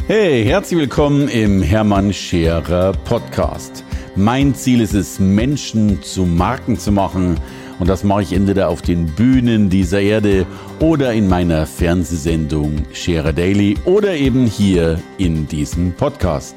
Hey, herzlich willkommen im Hermann Scherer Podcast. Mein Ziel ist es, Menschen zu Marken zu machen. Und das mache ich entweder auf den Bühnen dieser Erde oder in meiner Fernsehsendung Scherer Daily oder eben hier in diesem Podcast.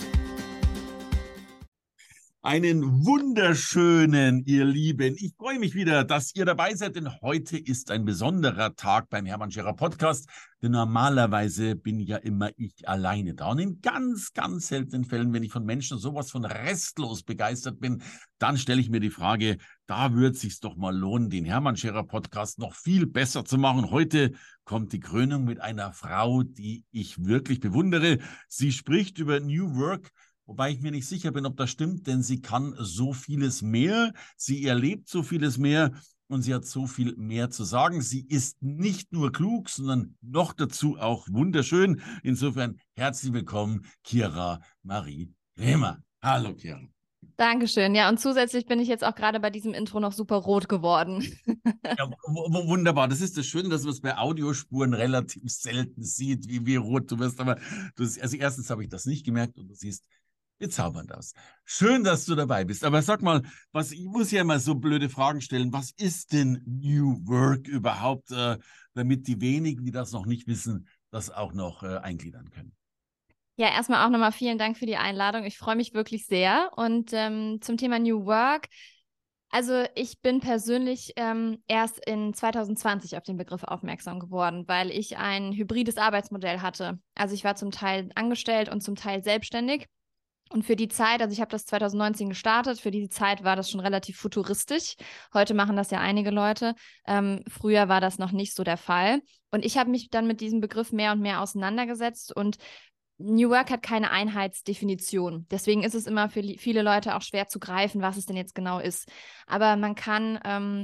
Einen wunderschönen, ihr Lieben. Ich freue mich wieder, dass ihr dabei seid, denn heute ist ein besonderer Tag beim Hermann Scherer Podcast. Denn normalerweise bin ja immer ich alleine da. Und in ganz, ganz seltenen Fällen, wenn ich von Menschen sowas von restlos begeistert bin, dann stelle ich mir die Frage, da würde es sich doch mal lohnen, den Hermann Scherer Podcast noch viel besser zu machen. Heute kommt die Krönung mit einer Frau, die ich wirklich bewundere. Sie spricht über New Work. Wobei ich mir nicht sicher bin, ob das stimmt, denn sie kann so vieles mehr, sie erlebt so vieles mehr und sie hat so viel mehr zu sagen. Sie ist nicht nur klug, sondern noch dazu auch wunderschön. Insofern herzlich willkommen, Kira Marie Rehmer. Hallo, Kira. Dankeschön. Ja, und zusätzlich bin ich jetzt auch gerade bei diesem Intro noch super rot geworden. Ja, wunderbar. Das ist das Schöne, dass man es bei Audiospuren relativ selten sieht, wie rot du wirst. Aber also erstens habe ich das nicht gemerkt und du siehst bezaubernd aus. Schön, dass du dabei bist. Aber sag mal, ich muss ja immer so blöde Fragen stellen. Was ist denn New Work überhaupt, damit die wenigen, die das noch nicht wissen, das auch noch eingliedern können? Ja, erstmal auch nochmal vielen Dank für die Einladung. Ich freue mich wirklich sehr. Und zum Thema New Work. Also ich bin persönlich erst in 2020 auf den Begriff aufmerksam geworden, weil ich ein hybrides Arbeitsmodell hatte. Also ich war zum Teil angestellt und zum Teil selbstständig. Und für die Zeit, also ich habe das 2019 gestartet, für die Zeit war das schon relativ futuristisch. Heute machen das ja einige Leute. Früher war das noch nicht so der Fall. Und ich habe mich dann mit diesem Begriff mehr und mehr auseinandergesetzt und New Work hat keine Einheitsdefinition. Deswegen ist es immer für viele Leute auch schwer zu greifen, was es denn jetzt genau ist. Aber man kann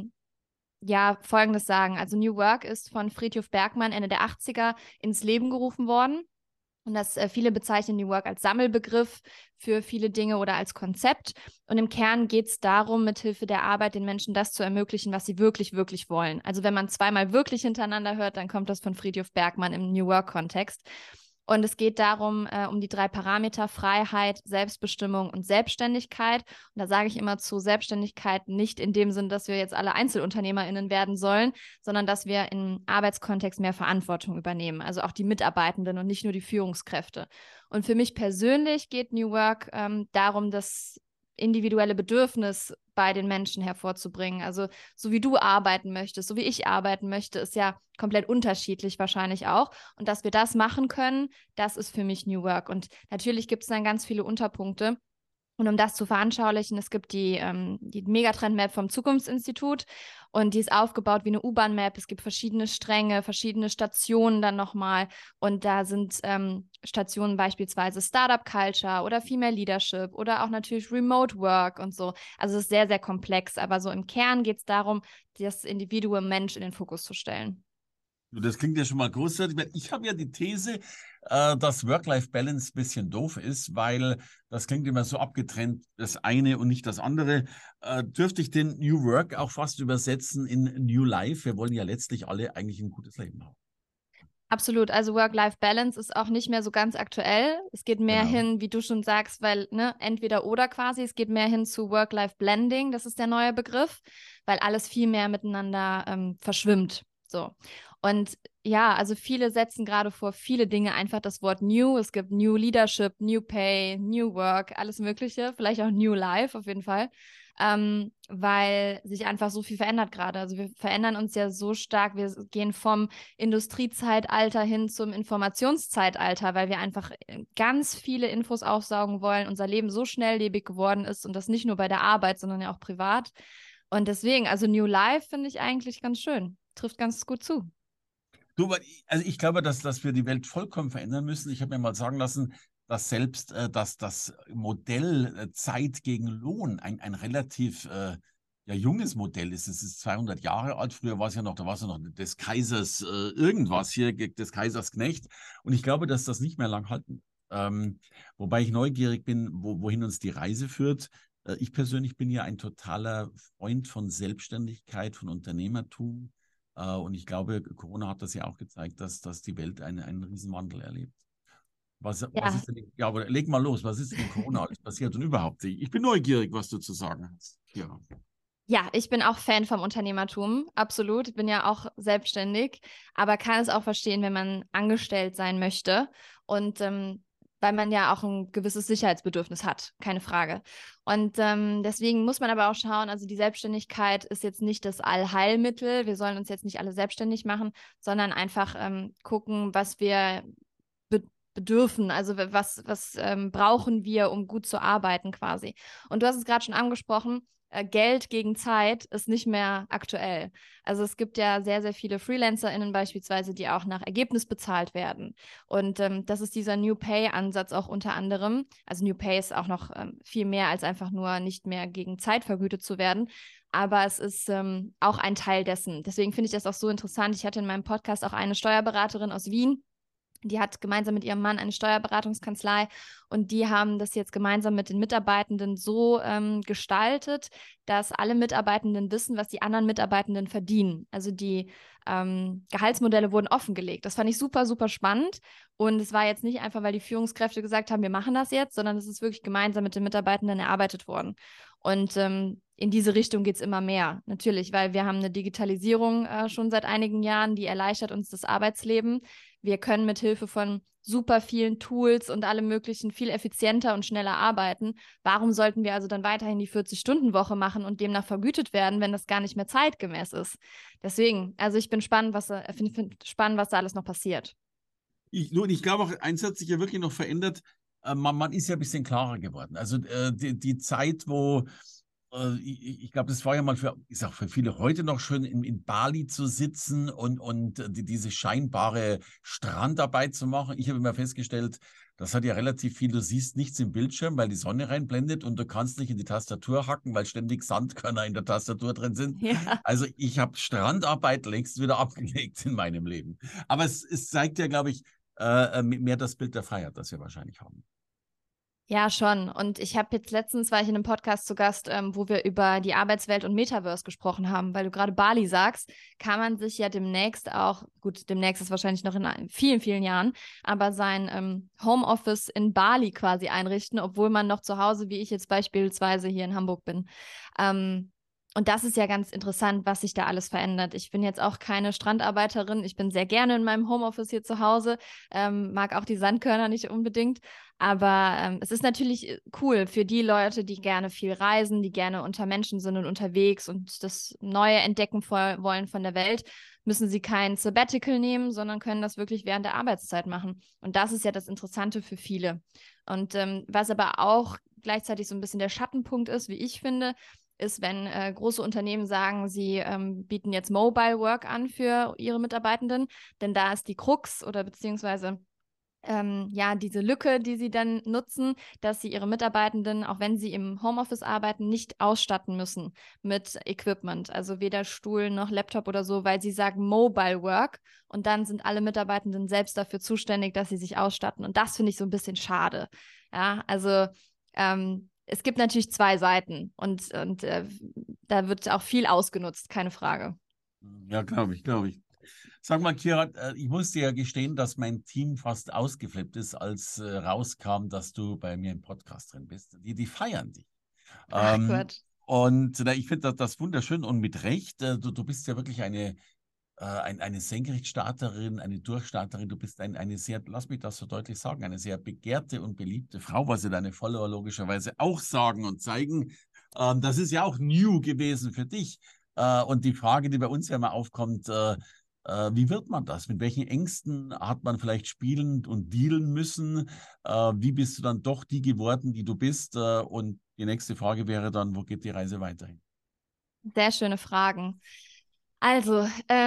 ja Folgendes sagen. Also New Work ist von Frithjof Bergmann Ende der 80er ins Leben gerufen worden. Und viele bezeichnen New Work als Sammelbegriff für viele Dinge oder als Konzept. Und im Kern geht es darum, mithilfe der Arbeit den Menschen das zu ermöglichen, was sie wirklich, wirklich wollen. Also wenn man zweimal wirklich hintereinander hört, dann kommt das von Frithjof Bergmann im New Work-Kontext. Und es geht darum, um die 3 Parameter Freiheit, Selbstbestimmung und Selbstständigkeit. Und da sage ich immer zu Selbstständigkeit nicht in dem Sinn, dass wir jetzt alle EinzelunternehmerInnen werden sollen, sondern dass wir im Arbeitskontext mehr Verantwortung übernehmen. Also auch die Mitarbeitenden und nicht nur die Führungskräfte. Und für mich persönlich geht New Work darum, das individuelle Bedürfnis bei den Menschen hervorzubringen. Also so wie du arbeiten möchtest, so wie ich arbeiten möchte, ist ja komplett unterschiedlich wahrscheinlich auch. Und dass wir das machen können, das ist für mich New Work. Und natürlich gibt es dann ganz viele Unterpunkte. Und um das zu veranschaulichen, es gibt die Megatrend-Map vom Zukunftsinstitut und die ist aufgebaut wie eine U-Bahn-Map. Es gibt verschiedene Stränge, verschiedene Stationen dann nochmal und da sind Stationen beispielsweise Startup-Culture oder Female Leadership oder auch natürlich Remote Work und so. Also es ist sehr, sehr komplex, aber so im Kern geht es darum, das Individuum Mensch in den Fokus zu stellen. Das klingt ja schon mal großartig. Ich habe ja die These, dass Work-Life-Balance ein bisschen doof ist, weil das klingt immer so abgetrennt, das eine und nicht das andere. Dürfte ich den New Work auch fast übersetzen in New Life? Wir wollen ja letztlich alle eigentlich ein gutes Leben haben. Absolut. Also Work-Life-Balance ist auch nicht mehr so ganz aktuell. Es geht mehr Genau. hin, wie du schon sagst, weil, ne, entweder oder quasi. Es geht mehr hin zu Work-Life-Blending. Das ist der neue Begriff, weil alles viel mehr miteinander verschwimmt. So. Und ja, also viele setzen gerade vor viele Dinge einfach das Wort New. Es gibt New Leadership, New Pay, New Work, alles Mögliche. Vielleicht auch New Life auf jeden Fall. Weil sich einfach so viel verändert gerade. Also wir verändern uns ja so stark. Wir gehen vom Industriezeitalter hin zum Informationszeitalter, weil wir einfach ganz viele Infos aufsaugen wollen. Unser Leben so schnelllebig geworden ist und das nicht nur bei der Arbeit, sondern ja auch privat. Und deswegen, also New Life finde ich eigentlich ganz schön. Trifft ganz gut zu. Du, also ich glaube, dass wir die Welt vollkommen verändern müssen. Ich habe mir mal sagen lassen, dass selbst dass das Modell Zeit gegen Lohn ein relativ ja, junges Modell ist. Es ist 200 Jahre alt. Früher war es ja noch, da war es ja noch des Kaisers irgendwas hier, des Kaisers Knecht. Und ich glaube, dass das nicht mehr lang halten wird. Wobei ich neugierig bin, wohin uns die Reise führt. Ich persönlich bin ja ein totaler Freund von Selbstständigkeit, von Unternehmertum. Und ich glaube, Corona hat das ja auch gezeigt, dass die Welt einen Riesenwandel erlebt. Was Ja, ist denn, ja, aber leg mal los, was ist denn in Corona alles passiert und überhaupt? Ich bin neugierig, was du zu sagen hast. Ja. ja, ich bin auch Fan vom Unternehmertum, absolut. Ich bin ja auch selbstständig, aber kann es auch verstehen, wenn man angestellt sein möchte und weil man ja auch ein gewisses Sicherheitsbedürfnis hat, keine Frage. Und deswegen muss man aber auch schauen, also die Selbstständigkeit ist jetzt nicht das Allheilmittel. Wir sollen uns jetzt nicht alle selbstständig machen, sondern einfach gucken, was wir be bedürfen, also was brauchen wir, um gut zu arbeiten quasi. Und du hast es gerade schon angesprochen, Geld gegen Zeit ist nicht mehr aktuell. Also es gibt ja sehr, sehr viele FreelancerInnen beispielsweise, die auch nach Ergebnis bezahlt werden. Und das ist dieser New Pay-Ansatz auch unter anderem. Also New Pay ist auch noch viel mehr als einfach nur nicht mehr gegen Zeit vergütet zu werden. Aber es ist auch ein Teil dessen. Deswegen finde ich das auch so interessant. Ich hatte in meinem Podcast auch eine Steuerberaterin aus Wien, die hat gemeinsam mit ihrem Mann eine Steuerberatungskanzlei und die haben das jetzt gemeinsam mit den Mitarbeitenden so gestaltet, dass alle Mitarbeitenden wissen, was die anderen Mitarbeitenden verdienen. Also die Gehaltsmodelle wurden offengelegt. Das fand ich super, super spannend. Und es war jetzt nicht einfach, weil die Führungskräfte gesagt haben, wir machen das jetzt, sondern es ist wirklich gemeinsam mit den Mitarbeitenden erarbeitet worden. Und in diese Richtung geht es immer mehr, natürlich, weil wir haben eine Digitalisierung schon seit einigen Jahren, die erleichtert uns das Arbeitsleben. Wir können mit Hilfe von super vielen Tools und allem Möglichen viel effizienter und schneller arbeiten. Warum sollten wir also dann weiterhin die 40-Stunden-Woche machen und demnach vergütet werden, wenn das gar nicht mehr zeitgemäß ist? Deswegen, also ich bin spannend, find spannend, was da alles noch passiert. Ich glaube auch, eins hat sich ja wirklich noch verändert. Man ist ja ein bisschen klarer geworden. Also die Zeit, wo ich glaube, das war ja mal ist auch für viele heute noch schön, in Bali zu sitzen und diese scheinbare Strandarbeit zu machen. Ich habe immer festgestellt, das hat ja relativ viel, du siehst nichts im Bildschirm, weil die Sonne reinblendet und du kannst nicht in die Tastatur hacken, weil ständig Sandkörner in der Tastatur drin sind. Ja. Also ich habe Strandarbeit längst wieder abgelegt in meinem Leben. Aber es zeigt ja, glaube ich, mehr das Bild der Freiheit, das wir wahrscheinlich haben. Ja, schon. Und ich habe jetzt letztens, war ich in einem Podcast zu Gast, wo wir über die Arbeitswelt und Metaverse gesprochen haben, weil du gerade Bali sagst, kann man sich ja demnächst auch, gut, demnächst ist wahrscheinlich noch in vielen, vielen Jahren, aber sein Homeoffice in Bali quasi einrichten, obwohl man noch zu Hause, wie ich jetzt beispielsweise hier in Hamburg bin. Und das ist ja ganz interessant, was sich da alles verändert. Ich bin jetzt auch keine Strandarbeiterin. Ich bin sehr gerne in meinem Homeoffice hier zu Hause, mag auch die Sandkörner nicht unbedingt. Aber es ist natürlich cool für die Leute, die gerne viel reisen, die gerne unter Menschen sind und unterwegs und das Neue entdecken wollen von der Welt, müssen sie kein Sabbatical nehmen, sondern können das wirklich während der Arbeitszeit machen. Und das ist ja das Interessante für viele. Und was aber auch gleichzeitig so ein bisschen der Schattenpunkt ist, wie ich finde, ist, wenn große Unternehmen sagen, sie bieten jetzt Mobile Work an für ihre Mitarbeitenden, denn da ist die Krux oder beziehungsweise ja, diese Lücke, die sie dann nutzen, dass sie ihre Mitarbeitenden, auch wenn sie im Homeoffice arbeiten, nicht ausstatten müssen mit Equipment, also weder Stuhl noch Laptop oder so, weil sie sagen Mobile Work und dann sind alle Mitarbeitenden selbst dafür zuständig, dass sie sich ausstatten und das finde ich so ein bisschen schade. Ja, also es gibt natürlich zwei Seiten und da wird auch viel ausgenutzt, keine Frage. Ja, glaube ich, glaube ich. Sag mal, Kira, ich muss dir ja gestehen, dass mein Team fast ausgeflippt ist, als rauskam, dass du bei mir im Podcast drin bist. Die feiern dich. Ach Ähm, Gott. und ich finde das wunderschön und mit Recht. Du bist ja wirklich eine Senkrechtstarterin, eine Durchstarterin. Du bist eine sehr, lass mich das so deutlich sagen, eine sehr begehrte und beliebte Frau, was ja deine Follower logischerweise auch sagen und zeigen. Das ist ja auch new gewesen für dich. Und die Frage, die bei uns ja immer aufkommt, wie wird man das? Mit welchen Ängsten hat man vielleicht spielen und dealen müssen? Wie bist du dann doch die geworden, die du bist? Und die nächste Frage wäre dann, wo geht die Reise weiterhin? Sehr schöne Fragen. Also,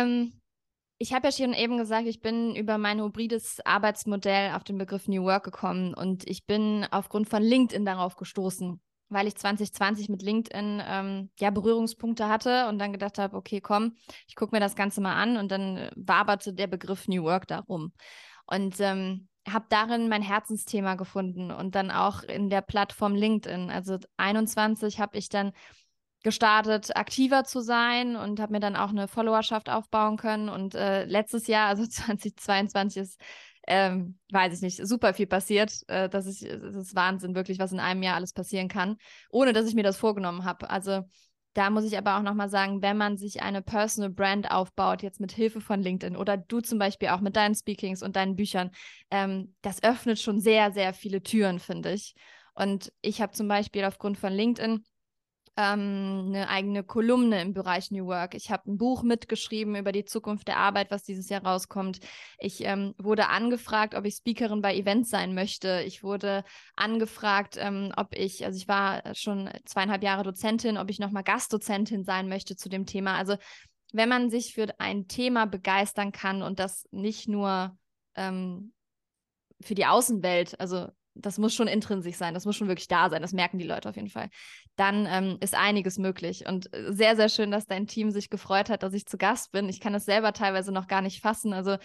ich habe ja schon eben gesagt, ich bin über mein hybrides Arbeitsmodell auf den Begriff New Work gekommen und ich bin aufgrund von LinkedIn darauf gestoßen, weil ich 2020 mit LinkedIn ja Berührungspunkte hatte und dann gedacht habe, okay, komm, ich gucke mir das Ganze mal an und dann waberte der Begriff New Work darum. Und habe darin mein Herzensthema gefunden und dann auch in der Plattform LinkedIn. Also 21 habe ich dann gestartet, aktiver zu sein und habe mir dann auch eine Followerschaft aufbauen können. Und letztes Jahr, also 2022, ist weiß ich nicht, super viel passiert. Das ist Wahnsinn, wirklich, was in einem Jahr alles passieren kann, ohne dass ich mir das vorgenommen habe. Also da muss ich aber auch nochmal sagen, wenn man sich eine Personal Brand aufbaut, jetzt mit Hilfe von LinkedIn oder du zum Beispiel auch mit deinen Speakings und deinen Büchern, das öffnet schon sehr, sehr viele Türen, finde ich. Und ich habe zum Beispiel aufgrund von LinkedIn eine eigene Kolumne im Bereich New Work. Ich habe ein Buch mitgeschrieben über die Zukunft der Arbeit, was dieses Jahr rauskommt. Ich wurde angefragt, ob ich Speakerin bei Events sein möchte. Ich wurde angefragt, also ich war schon 2,5 Jahre Dozentin, ob ich nochmal Gastdozentin sein möchte zu dem Thema. Also wenn man sich für ein Thema begeistern kann und das nicht nur für die Außenwelt, also das muss schon intrinsisch sein, das muss schon wirklich da sein, das merken die Leute auf jeden Fall, dann ist einiges möglich. Und sehr, sehr schön, dass dein Team sich gefreut hat, dass ich zu Gast bin. Ich kann das selber teilweise noch gar nicht fassen. Also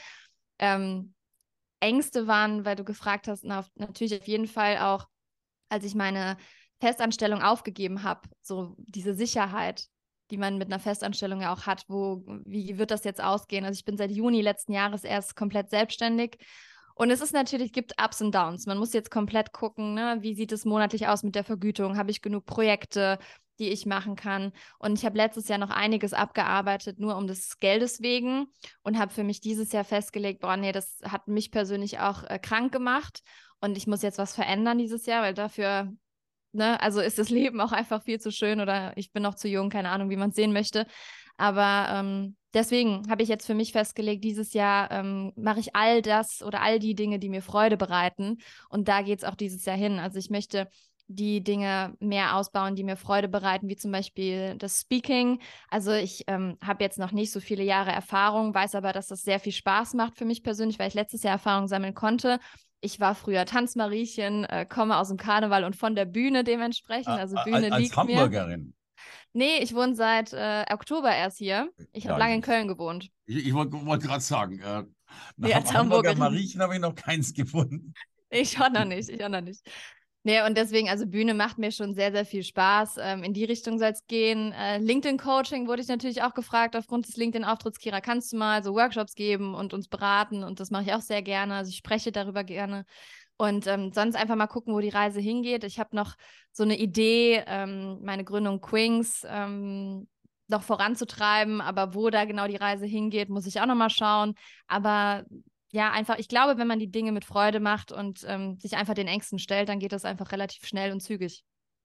Ängste waren, weil du gefragt hast, natürlich auf jeden Fall auch, als ich meine Festanstellung aufgegeben habe, so diese Sicherheit, die man mit einer Festanstellung ja auch hat, wie wird das jetzt ausgehen? Also ich bin seit Juni letzten Jahres erst komplett selbstständig. Und es ist natürlich, gibt Ups und Downs. Man muss jetzt komplett gucken, ne? Wie sieht es monatlich aus mit der Vergütung? Habe ich genug Projekte, die ich machen kann? Und ich habe letztes Jahr noch einiges abgearbeitet, nur um des Geldes wegen und habe für mich dieses Jahr festgelegt, boah, nee, das hat mich persönlich auch krank gemacht und ich muss jetzt was verändern dieses Jahr, weil dafür, ne, also ist das Leben auch einfach viel zu schön oder ich bin noch zu jung, keine Ahnung, wie man es sehen möchte. Aber deswegen habe ich jetzt für mich festgelegt, dieses Jahr mache ich all das oder all die Dinge, die mir Freude bereiten. Und da geht es auch dieses Jahr hin. Also ich möchte die Dinge mehr ausbauen, die mir Freude bereiten, wie zum Beispiel das Speaking. Also ich habe jetzt noch nicht so viele Jahre Erfahrung, weiß aber, dass das sehr viel Spaß macht für mich persönlich, weil ich letztes Jahr Erfahrung sammeln konnte. Ich war früher Tanzmariechen, komme aus dem Karneval und von der Bühne dementsprechend. Also Bühne Als liegt mir. Hamburgerin. Nee, ich wohne seit Oktober erst hier. Ich habe Ja, lange in Köln gewohnt. ich wollt gerade sagen, Nee, als Hamburger Hamburgerin. Mariechen habe ich noch keins gefunden. Ich auch noch nicht, ich auch noch nicht. Nee, und deswegen, also Bühne macht mir schon sehr, sehr viel Spaß. In die Richtung soll es gehen. LinkedIn-Coaching wurde ich natürlich auch gefragt, aufgrund des LinkedIn-Auftritts. Kira, kannst du mal so Workshops geben und uns beraten? Und das mache ich auch sehr gerne. Also ich spreche darüber gerne. Und sonst einfach mal gucken, wo die Reise hingeht. Ich habe noch so eine Idee, meine Gründung Queens noch voranzutreiben, aber wo da genau die Reise hingeht, muss ich auch noch mal schauen. Aber ja, einfach, ich glaube, wenn man die Dinge mit Freude macht und sich einfach den Ängsten stellt, dann geht das einfach relativ schnell und zügig.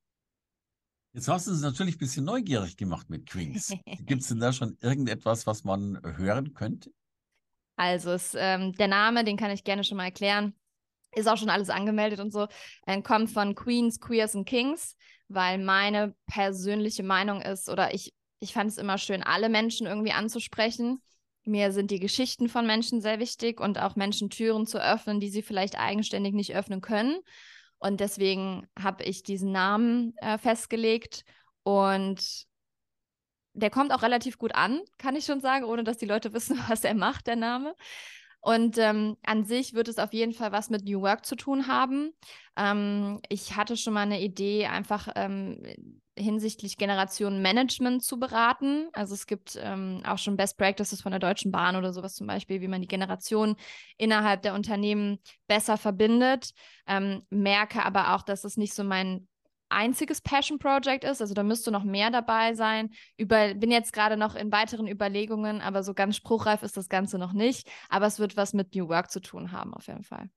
Jetzt hast du es natürlich ein bisschen neugierig gemacht mit Queens. Gibt es denn da schon irgendetwas, was man hören könnte? Also der Name, den kann ich gerne schon mal erklären. Ist auch schon alles angemeldet und so, kommt von Queens, Queers and Kings, weil meine persönliche Meinung ist, oder ich fand es immer schön, alle Menschen irgendwie anzusprechen. Mir sind die Geschichten von Menschen sehr wichtig und auch Menschen Türen zu öffnen, die sie vielleicht eigenständig nicht öffnen können. Und deswegen habe ich diesen Namen festgelegt und der kommt auch relativ gut an, kann ich schon sagen, ohne dass die Leute wissen, was er macht, der Name. Und an sich wird es auf jeden Fall was mit New Work zu tun haben. Ich hatte schon mal eine Idee, einfach hinsichtlich Generationenmanagement zu beraten. Also es gibt auch schon Best Practices von der Deutschen Bahn oder sowas zum Beispiel, wie man die Generationen innerhalb der Unternehmen besser verbindet. Merke aber auch, dass es nicht so mein einziges Passion Project ist. Also da müsste noch mehr dabei sein. Bin jetzt gerade noch in weiteren Überlegungen, aber so ganz spruchreif ist das Ganze noch nicht. Aber es wird was mit New Work zu tun haben, auf jeden Fall.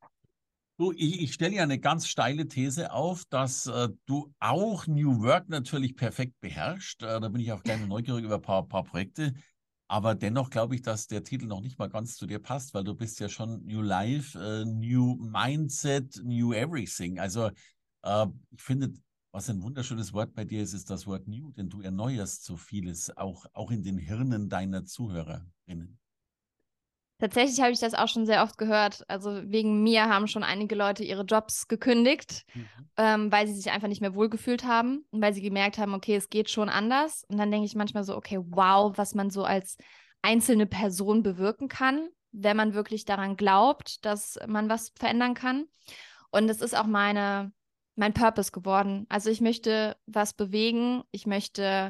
Du, ich stelle ja eine ganz steile These auf, dass du auch New Work natürlich perfekt beherrschst. Da bin ich auch gleich mal neugierig über ein paar Projekte. Aber dennoch glaube ich, dass der Titel noch nicht mal ganz zu dir passt, weil du bist ja schon New Life, New Mindset, New Everything. Also ich finde, was ein wunderschönes Wort bei dir ist, ist das Wort New, denn du erneuerst so vieles, auch in den Hirnen deiner Zuhörerinnen. Tatsächlich habe ich das auch schon sehr oft gehört. Also wegen mir haben schon einige Leute ihre Jobs gekündigt, Mhm. weil sie sich einfach nicht mehr wohlgefühlt haben und weil sie gemerkt haben, okay, es geht schon anders. Und dann denke ich manchmal so, okay, wow, was man so als einzelne Person bewirken kann, wenn man wirklich daran glaubt, dass man was verändern kann. Und es ist auch mein Purpose geworden. Also ich möchte was bewegen, ich möchte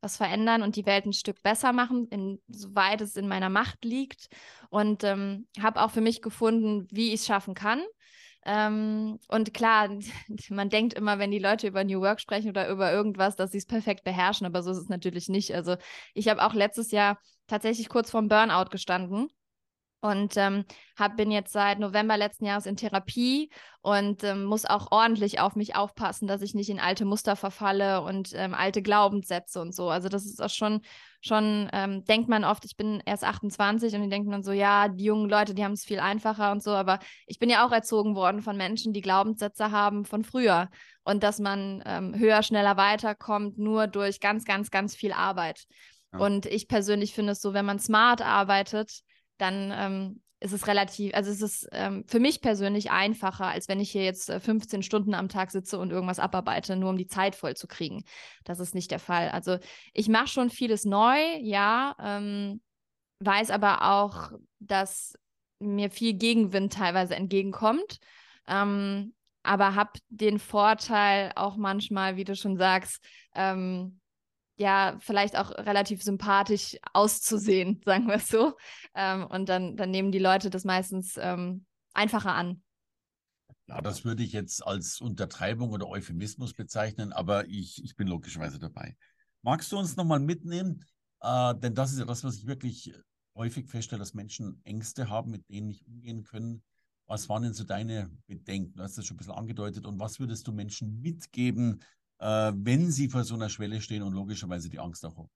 was verändern und die Welt ein Stück besser machen, soweit es in meiner Macht liegt. Und habe auch für mich gefunden, wie ich es schaffen kann. Und klar, man denkt immer, wenn die Leute über New Work sprechen oder über irgendwas, dass sie es perfekt beherrschen, aber so ist es natürlich nicht. Also ich habe auch letztes Jahr tatsächlich kurz vorm Burnout gestanden. Und bin jetzt seit November letzten Jahres in Therapie und muss auch ordentlich auf mich aufpassen, dass ich nicht in alte Muster verfalle und alte Glaubenssätze und so. Also das ist auch schon denkt man oft, ich bin erst 28 und die denken dann so, ja, die jungen Leute, die haben es viel einfacher und so. Aber ich bin ja auch erzogen worden von Menschen, die Glaubenssätze haben von früher und dass man höher, schneller weiterkommt, nur durch ganz, ganz, ganz viel Arbeit. Ja. Und ich persönlich finde es so, wenn man smart arbeitet, dann ist es relativ, also es ist für mich persönlich einfacher, als wenn ich hier jetzt 15 Stunden am Tag sitze und irgendwas abarbeite, nur um die Zeit voll zu kriegen. Das ist nicht der Fall. Also ich mache schon vieles neu, ja, weiß aber auch, dass mir viel Gegenwind teilweise entgegenkommt. Aber habe den Vorteil auch manchmal, wie du schon sagst, ja, vielleicht auch relativ sympathisch auszusehen, sagen wir es so. Und dann nehmen die Leute das meistens einfacher an. Ja, das würde ich jetzt als Untertreibung oder Euphemismus bezeichnen, aber ich bin logischerweise dabei. Magst du uns nochmal mitnehmen? Denn das ist ja das, was ich wirklich häufig feststelle, dass Menschen Ängste haben, mit denen nicht umgehen können. Was waren denn so deine Bedenken? Du hast das schon ein bisschen angedeutet. Und was würdest du Menschen mitgeben, wenn sie vor so einer Schwelle stehen und logischerweise die Angst auch haben?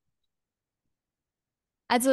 Also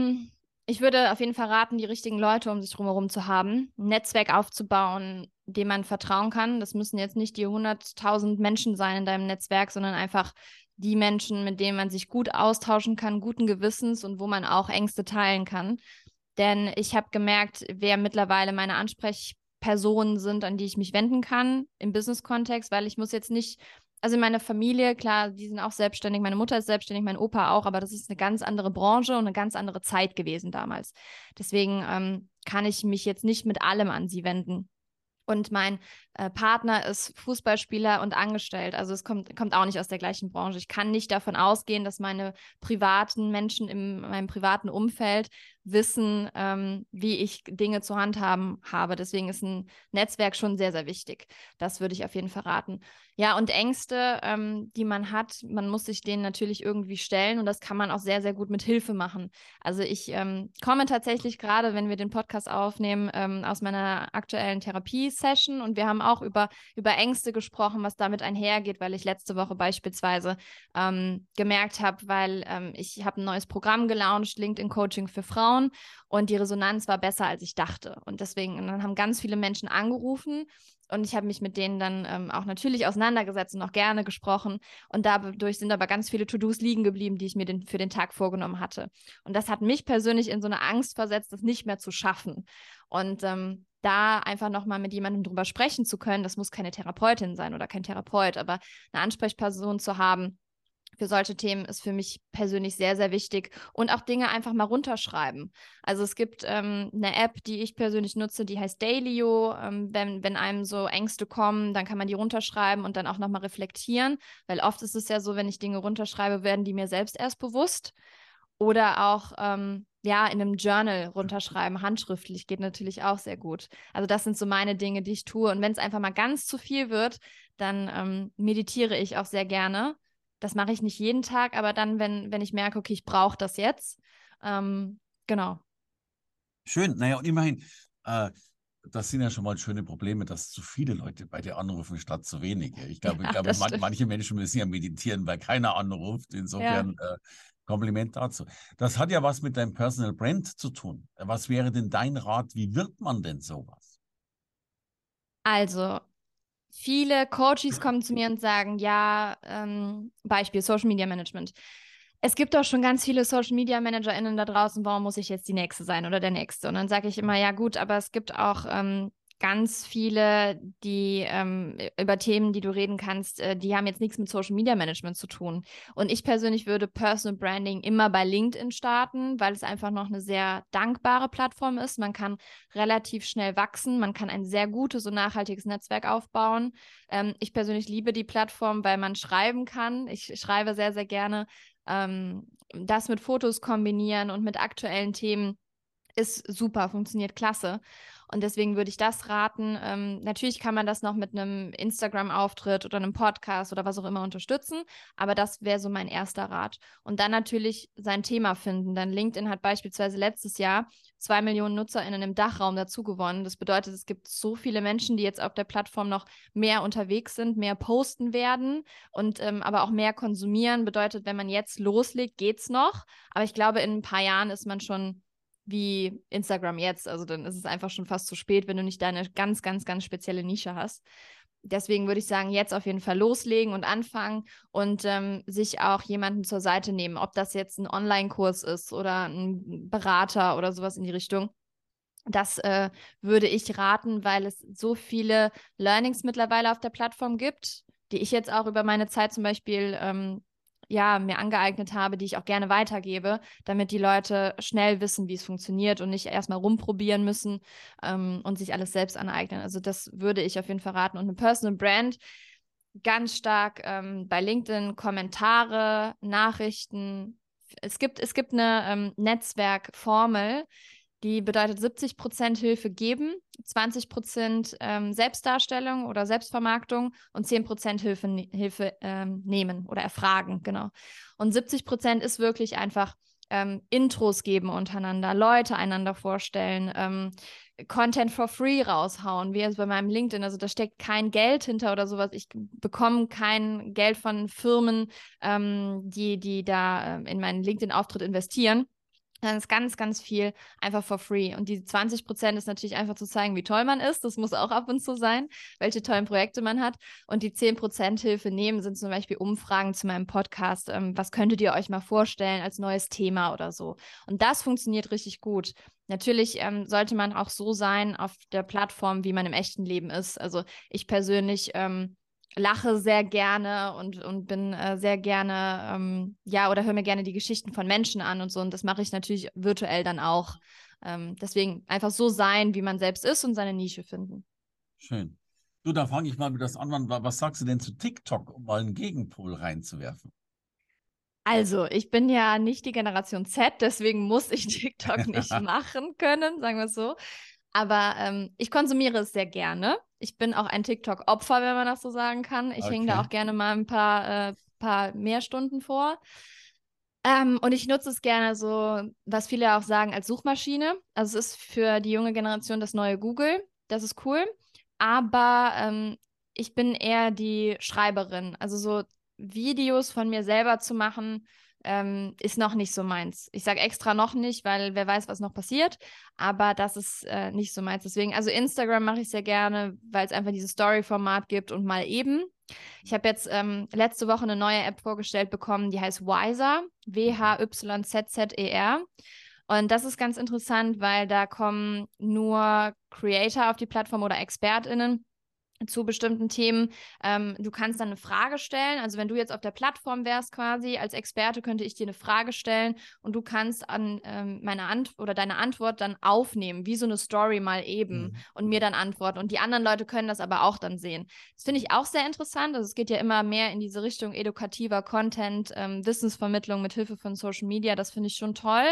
ich würde auf jeden Fall raten, die richtigen Leute um sich drumherum zu haben, ein Netzwerk aufzubauen, dem man vertrauen kann. Das müssen jetzt nicht die 100.000 Menschen sein in deinem Netzwerk, sondern einfach die Menschen, mit denen man sich gut austauschen kann, guten Gewissens und wo man auch Ängste teilen kann. Denn ich habe gemerkt, wer mittlerweile meine Ansprechpersonen sind, an die ich mich wenden kann im Business-Kontext, weil ich muss jetzt nicht, also in meiner Familie, klar, die sind auch selbstständig, meine Mutter ist selbstständig, mein Opa auch, aber das ist eine ganz andere Branche und eine ganz andere Zeit gewesen damals. Deswegen kann ich mich jetzt nicht mit allem an sie wenden. Und mein Partner ist Fußballspieler und angestellt. Also es kommt auch nicht aus der gleichen Branche. Ich kann nicht davon ausgehen, dass meine privaten Menschen in meinem privaten Umfeld wissen, wie ich Dinge zu handhaben habe. Deswegen ist ein Netzwerk schon sehr, sehr wichtig. Das würde ich auf jeden Fall raten. Ja, und Ängste, die man hat, man muss sich denen natürlich irgendwie stellen und das kann man auch sehr, sehr gut mit Hilfe machen. Also ich komme tatsächlich gerade, wenn wir den Podcast aufnehmen, aus meiner aktuellen Therapiesession und wir haben auch über Ängste gesprochen, was damit einhergeht, weil ich letzte Woche beispielsweise gemerkt habe, weil ich habe ein neues Programm gelauncht, LinkedIn Coaching für Frauen und die Resonanz war besser, als ich dachte. Und dann haben ganz viele Menschen angerufen und ich habe mich mit denen dann auch natürlich auseinandergesetzt und auch gerne gesprochen. Und dadurch sind aber ganz viele To-Dos liegen geblieben, die ich mir für den Tag vorgenommen hatte. Und das hat mich persönlich in so eine Angst versetzt, das nicht mehr zu schaffen. Und da einfach nochmal mit jemandem drüber sprechen zu können, das muss keine Therapeutin sein oder kein Therapeut, aber eine Ansprechperson zu haben, für solche Themen ist für mich persönlich sehr, sehr wichtig. Und auch Dinge einfach mal runterschreiben. Also es gibt eine App, die ich persönlich nutze, die heißt Dailyo. Wenn einem so Ängste kommen, dann kann man die runterschreiben und dann auch nochmal reflektieren. Weil oft ist es ja so, wenn ich Dinge runterschreibe, werden die mir selbst erst bewusst. Oder auch ja, in einem Journal runterschreiben, handschriftlich, geht natürlich auch sehr gut. Also das sind so meine Dinge, die ich tue. Und wenn es einfach mal ganz zu viel wird, dann meditiere ich auch sehr gerne. Das mache ich nicht jeden Tag, aber dann, wenn ich merke, okay, ich brauche das jetzt. Genau. Schön, naja, und immerhin, das sind ja schon mal schöne Probleme, dass zu viele Leute bei dir anrufen statt zu wenige. Ich glaube, Ja, das stimmt. manche Menschen müssen ja meditieren, weil keiner anruft. Ja. Insofern Kompliment dazu. Das hat ja was mit deinem Personal Brand zu tun. Was wäre denn dein Rat? Wie wird man denn sowas? Also, viele Coaches kommen zu mir und sagen, ja, Beispiel Social Media Management. Es gibt doch schon ganz viele Social Media ManagerInnen da draußen, warum muss ich jetzt die Nächste sein oder der Nächste? Und dann sage ich immer, ja gut, aber es gibt auch ganz viele, die über Themen, die du reden kannst, die haben jetzt nichts mit Social Media Management zu tun. Und ich persönlich würde Personal Branding immer bei LinkedIn starten, weil es einfach noch eine sehr dankbare Plattform ist. Man kann relativ schnell wachsen, man kann ein sehr gutes und nachhaltiges Netzwerk aufbauen. Ich persönlich liebe die Plattform, weil man schreiben kann. Ich schreibe sehr, sehr gerne. Das mit Fotos kombinieren und mit aktuellen Themen ist super, funktioniert klasse. Und deswegen würde ich das raten. Natürlich kann man das noch mit einem Instagram-Auftritt oder einem Podcast oder was auch immer unterstützen, aber das wäre so mein erster Rat. Und dann natürlich sein Thema finden. Dann LinkedIn hat beispielsweise letztes Jahr 2 Millionen NutzerInnen im Dachraum dazu gewonnen. Das bedeutet, es gibt so viele Menschen, die jetzt auf der Plattform noch mehr unterwegs sind, mehr posten werden und aber auch mehr konsumieren. Bedeutet, wenn man jetzt loslegt, geht's noch. Aber ich glaube, in ein paar Jahren ist man schon wie Instagram jetzt. Also dann ist es einfach schon fast zu spät, wenn du nicht deine ganz, ganz, ganz spezielle Nische hast. Deswegen würde ich sagen, jetzt auf jeden Fall loslegen und anfangen und sich auch jemanden zur Seite nehmen, ob das jetzt ein Online-Kurs ist oder ein Berater oder sowas in die Richtung. Das würde ich raten, weil es so viele Learnings mittlerweile auf der Plattform gibt, die ich jetzt auch über meine Zeit zum Beispiel mir angeeignet habe, die ich auch gerne weitergebe, damit die Leute schnell wissen, wie es funktioniert und nicht erstmal rumprobieren müssen und sich alles selbst aneignen. Also das würde ich auf jeden Fall raten. Und eine Personal Brand ganz stark bei LinkedIn, Kommentare, Nachrichten. Es gibt eine Netzwerkformel, die bedeutet 70% Hilfe geben, 20% Selbstdarstellung oder Selbstvermarktung und 10% Hilfe nehmen oder erfragen, genau. Und 70% ist wirklich einfach Intros geben untereinander, Leute einander vorstellen, Content for free raushauen, wie jetzt bei meinem LinkedIn. Also da steckt kein Geld hinter oder sowas. Ich bekomme kein Geld von Firmen, die da in meinen LinkedIn-Auftritt investieren. Dann ist ganz, ganz viel einfach for free. Und die 20% ist natürlich einfach zu zeigen, wie toll man ist. Das muss auch ab und zu sein, welche tollen Projekte man hat. Und die 10% Hilfe nehmen sind zum Beispiel Umfragen zu meinem Podcast. Was könntet ihr euch mal vorstellen als neues Thema oder so? Und das funktioniert richtig gut. Natürlich sollte man auch so sein auf der Plattform, wie man im echten Leben ist. Also ich persönlich lache sehr gerne und bin sehr gerne, oder höre mir gerne die Geschichten von Menschen an und so. Und das mache ich natürlich virtuell dann auch. Deswegen einfach so sein, wie man selbst ist und seine Nische finden. Schön. Du, da fange ich mal mit das an. Was sagst du denn zu TikTok, um mal einen Gegenpol reinzuwerfen? Also, ich bin ja nicht die Generation Z, deswegen muss ich TikTok nicht machen können, sagen wir es so. Aber ich konsumiere es sehr gerne. Ich bin auch ein TikTok-Opfer, wenn man das so sagen kann. Ich hänge da Okay. auch gerne mal ein paar mehr Stunden vor. Und ich nutze es gerne so, was viele auch sagen, als Suchmaschine. Also es ist für die junge Generation das neue Google. Das ist cool. Aber ich bin eher die Schreiberin. Also so Videos von mir selber zu machen, ist noch nicht so meins. Ich sage extra noch nicht, weil wer weiß, was noch passiert. Aber das ist nicht so meins. Deswegen, also Instagram mache ich sehr gerne, weil es einfach dieses Story-Format gibt und mal eben. Ich habe jetzt letzte Woche eine neue App vorgestellt bekommen, die heißt Wyzer, Wyzzer. Und das ist ganz interessant, weil da kommen nur Creator auf die Plattform oder ExpertInnen zu bestimmten Themen. Du kannst dann eine Frage stellen. Also wenn du jetzt auf der Plattform wärst quasi, als Experte könnte ich dir eine Frage stellen und du kannst an deine Antwort dann aufnehmen, wie so eine Story mal eben Mhm. und mir dann antworten. Und die anderen Leute können das aber auch dann sehen. Das finde ich auch sehr interessant. Also es geht ja immer mehr in diese Richtung edukativer Content, Wissensvermittlung mit Hilfe von Social Media. Das finde ich schon toll.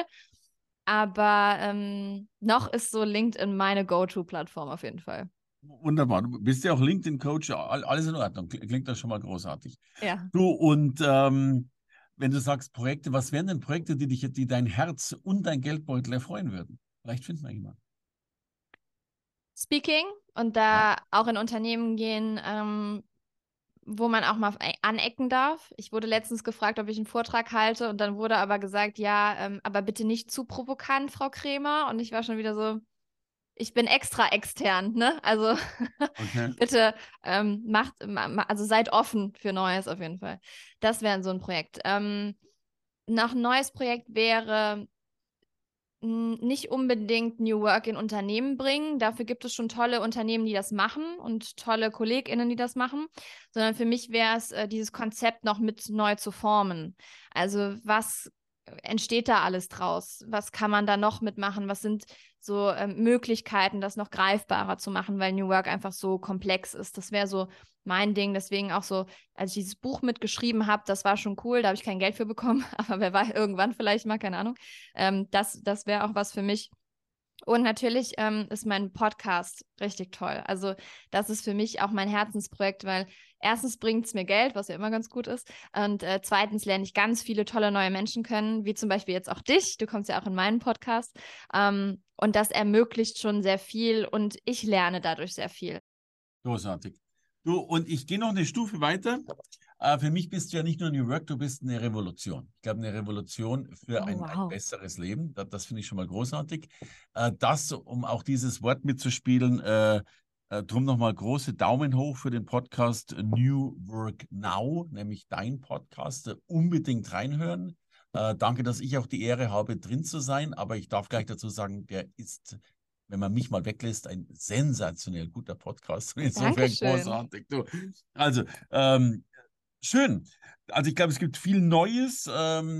Aber noch ist so LinkedIn meine Go-To-Plattform auf jeden Fall. Wunderbar. Du bist ja auch LinkedIn-Coach. Alles in Ordnung. Klingt das schon mal großartig. Ja. Du, und wenn du sagst Projekte, was wären denn Projekte, die dein Herz und dein Geldbeutel erfreuen würden? Vielleicht finden wir jemanden. Speaking und Ja. da auch in Unternehmen gehen, wo man auch mal anecken darf. Ich wurde letztens gefragt, ob ich einen Vortrag halte und dann wurde aber gesagt, ja, aber bitte nicht zu provokant, Frau Kremer. Und ich war schon wieder so, ich bin extra extern, ne? Also Okay. bitte also seid offen für Neues auf jeden Fall. Das wäre so ein Projekt. Noch ein neues Projekt wäre nicht unbedingt New Work in Unternehmen bringen. Dafür gibt es schon tolle Unternehmen, die das machen und tolle KollegInnen, die das machen. Sondern für mich wäre es, dieses Konzept noch mit neu zu formen. Also was entsteht da alles draus? Was kann man da noch mitmachen? Was sind so Möglichkeiten, das noch greifbarer zu machen, weil New Work einfach so komplex ist. Das wäre so mein Ding. Deswegen auch so, als ich dieses Buch mitgeschrieben habe, das war schon cool, da habe ich kein Geld für bekommen, aber wer weiß, irgendwann vielleicht mal, keine Ahnung. Das wäre auch was für mich. Und natürlich ist mein Podcast richtig toll. Also das ist für mich auch mein Herzensprojekt, weil erstens bringt es mir Geld, was ja immer ganz gut ist. Und zweitens lerne ich ganz viele tolle neue Menschen kennen, wie zum Beispiel jetzt auch dich. Du kommst ja auch in meinen Podcast. Und das ermöglicht schon sehr viel und ich lerne dadurch sehr viel. Großartig. Du, und ich gehe noch eine Stufe weiter. Für mich bist du ja nicht nur New Work, du bist eine Revolution. Ich glaube, eine Revolution für Oh, ein wow. besseres Leben. Das finde ich schon mal großartig. Um auch dieses Wort mitzuspielen, drum nochmal große Daumen hoch für den Podcast New Work Now, nämlich dein Podcast. Unbedingt reinhören. Danke, dass ich auch die Ehre habe, drin zu sein. Aber ich darf gleich dazu sagen, der ist, wenn man mich mal weglässt, ein sensationell guter Podcast. Insofern Dankeschön. großartig. Du. Also, schön. Also ich glaube, es gibt viel Neues.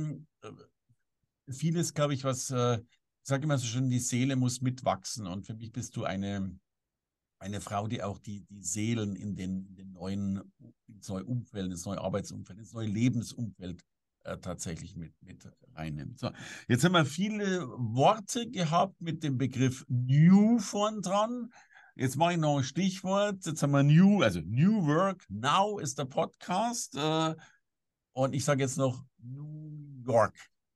Vieles, glaube ich, was, ich sage immer so schön, die Seele muss mitwachsen. Und für mich bist du eine Frau, die auch die Seelen in den ins neue Umfeld, ins neue Arbeitsumfeld, ins neue Lebensumfeld tatsächlich mit reinnimmt. So, jetzt haben wir viele Worte gehabt mit dem Begriff New vorn dran. Jetzt mache ich noch ein Stichwort. Jetzt haben wir New, also New Work Now ist der Podcast. Und ich sage jetzt noch New York.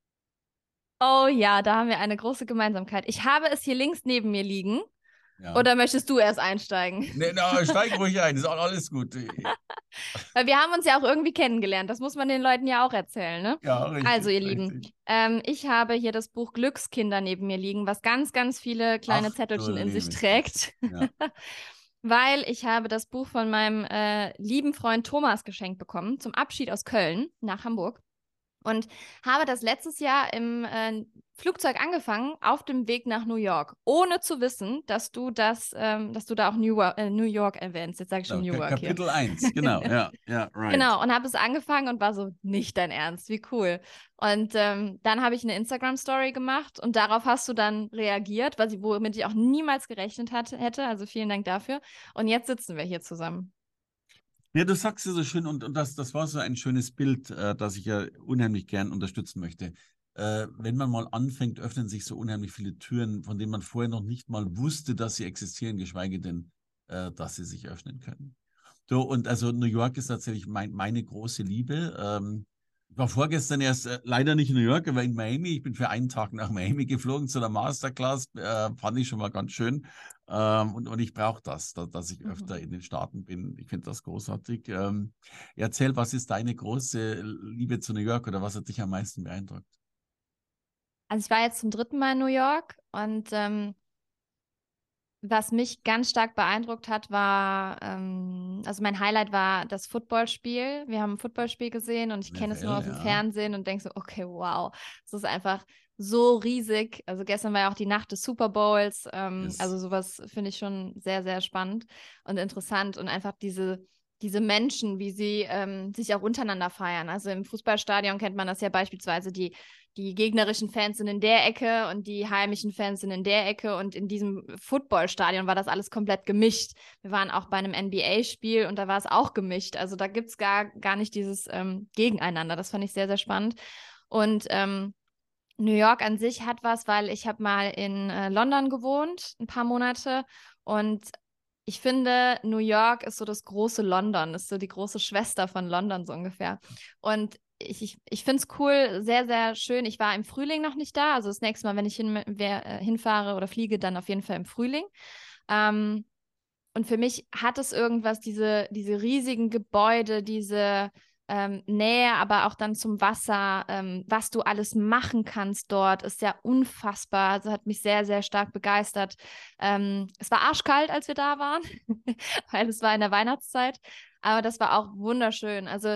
Oh ja, da haben wir eine große Gemeinsamkeit. Ich habe es hier links neben mir liegen. Ja. Oder möchtest du erst einsteigen? Ne, na, steig ruhig ein, ist alles gut. Weil wir haben uns ja auch irgendwie kennengelernt. Das muss man den Leuten ja auch erzählen, ne? Ja, Also, richtig, ihr Lieben, richtig. ich habe hier das Buch Glückskinder neben mir liegen, was ganz, ganz viele kleine Ach du Zettelchen in sich liebe Zeit. trägt. Ja. Weil ich habe das Buch von meinem lieben Freund Thomas geschenkt bekommen zum Abschied aus Köln nach Hamburg. Und habe das letztes Jahr im Flugzeug angefangen, auf dem Weg nach New York, ohne zu wissen, dass du da auch New York erwähnst. Jetzt sage ich schon Genau, Newark hier. Kapitel 1, genau, ja, right. Genau, und habe es angefangen und war so, nicht dein Ernst, wie cool. Und dann habe ich eine Instagram-Story gemacht und darauf hast du dann reagiert, womit ich auch niemals gerechnet hätte. Also vielen Dank dafür. Und jetzt sitzen wir hier zusammen. Ja, du sagst es so schön und das war so ein schönes Bild, das ich ja unheimlich gern unterstützen möchte. Wenn man mal anfängt, öffnen sich so unheimlich viele Türen, von denen man vorher noch nicht mal wusste, dass sie existieren, geschweige denn, dass sie sich öffnen können. So, und also New York ist tatsächlich meine große Liebe. Ich war vorgestern erst leider nicht in New York, aber in Miami. Ich bin für einen Tag nach Miami geflogen zu einer Masterclass. Fand ich schon mal ganz schön. Und ich brauche dass ich öfter in den Staaten bin. Ich finde das großartig. Erzähl, was ist deine große Liebe zu New York oder was hat dich am meisten beeindruckt? Also ich war jetzt zum dritten Mal in New York und was mich ganz stark beeindruckt hat, war, also mein Highlight war das Footballspiel. Wir haben ein Footballspiel gesehen und ich kenne es nur NFL, aus dem ja. Fernsehen und denke so, okay, wow, es ist einfach so riesig. Also gestern war ja auch die Nacht des Super Bowls. Yes. Also sowas finde ich schon sehr, sehr spannend und interessant und einfach diese Menschen, wie sie sich auch untereinander feiern. Also im Fußballstadion kennt man das ja beispielsweise, die gegnerischen Fans sind in der Ecke und die heimischen Fans sind in der Ecke und in diesem Footballstadion war das alles komplett gemischt. Wir waren auch bei einem NBA-Spiel und da war es auch gemischt. Also da gibt es gar nicht dieses Gegeneinander. Das fand ich sehr, sehr spannend. Und New York an sich hat was, weil ich habe mal in London gewohnt, ein paar Monate und ich finde, New York ist so das große London, ist so die große Schwester von London so ungefähr. Und ich finde es cool, sehr, sehr schön. Ich war im Frühling noch nicht da, also das nächste Mal, wenn ich hinfahre oder fliege, dann auf jeden Fall im Frühling. Ähm, und für mich hat es irgendwas, diese riesigen Gebäude, diese Nähe, aber auch dann zum Wasser, was du alles machen kannst dort, ist ja unfassbar. Also hat mich sehr, sehr stark begeistert. Es war arschkalt, als wir da waren, weil es war in der Weihnachtszeit, aber das war auch wunderschön. Also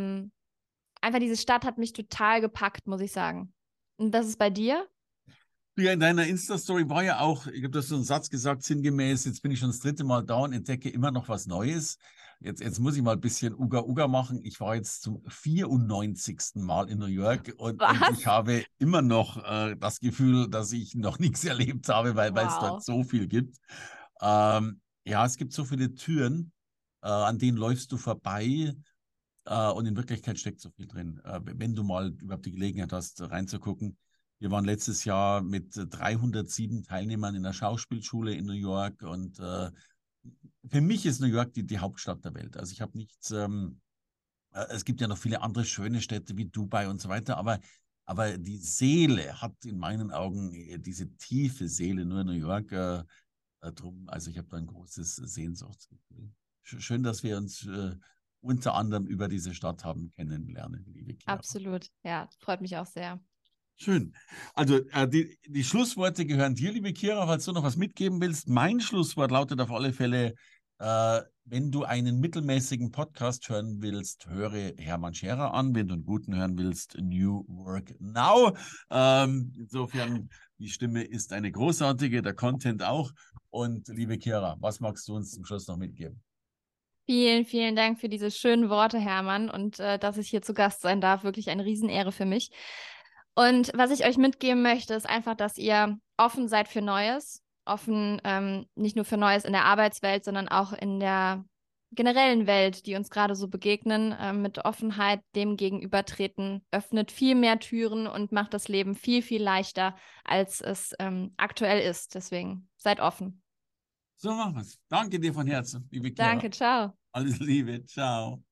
einfach diese Stadt hat mich total gepackt, muss ich sagen. Und das ist bei dir? Ja, in deiner Insta-Story war ja auch, ich habe das so einen Satz gesagt, sinngemäß, jetzt bin ich schon das 3. Mal da und entdecke immer noch was Neues. Jetzt muss ich mal ein bisschen Uga machen. Ich war jetzt zum 94. Mal in New York und ich habe immer noch das Gefühl, dass ich noch nichts erlebt habe, weil es dort so viel gibt. Ja, es gibt so viele Türen, an denen läufst du vorbei und in Wirklichkeit steckt so viel drin. Wenn du mal überhaupt die Gelegenheit hast, reinzugucken. Wir waren letztes Jahr mit 307 Teilnehmern in der Schauspielschule in New York und für mich ist New York die Hauptstadt der Welt. Also ich habe nichts, es gibt ja noch viele andere schöne Städte wie Dubai und so weiter, aber die Seele hat in meinen Augen diese tiefe Seele nur New York drum. Also ich habe da ein großes Sehnsuchtsgefühl. Schön, dass wir uns unter anderem über diese Stadt haben kennenlernen, liebe Chiara. Absolut, ja, freut mich auch sehr. Schön. Also die Schlussworte gehören dir, liebe Chiara, falls du noch was mitgeben willst. Mein Schlusswort lautet auf alle Fälle, wenn du einen mittelmäßigen Podcast hören willst, höre Hermann Scherer an. Wenn du einen guten hören willst, New Work Now. Insofern, die Stimme ist eine großartige, der Content auch. Und liebe Chiara, was magst du uns zum Schluss noch mitgeben? Vielen, vielen Dank für diese schönen Worte, Hermann, und dass ich hier zu Gast sein darf. Wirklich eine Riesenehre für mich. Und was ich euch mitgeben möchte, ist einfach, dass ihr offen seid für Neues. Offen nicht nur für Neues in der Arbeitswelt, sondern auch in der generellen Welt, die uns gerade so begegnen. Mit Offenheit dem gegenübertreten, öffnet viel mehr Türen und macht das Leben viel, viel leichter, als es aktuell ist. Deswegen seid offen. So machen wir es. Danke dir von Herzen, liebe Chiara. Danke, ciao. Alles Liebe, ciao.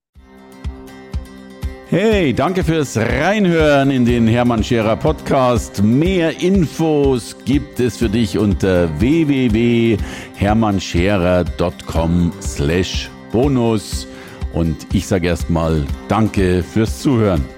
Hey, danke fürs Reinhören in den Hermann Scherer Podcast. Mehr Infos gibt es für dich unter www.hermannscherer.com/bonus. Und ich sage erstmal Danke fürs Zuhören.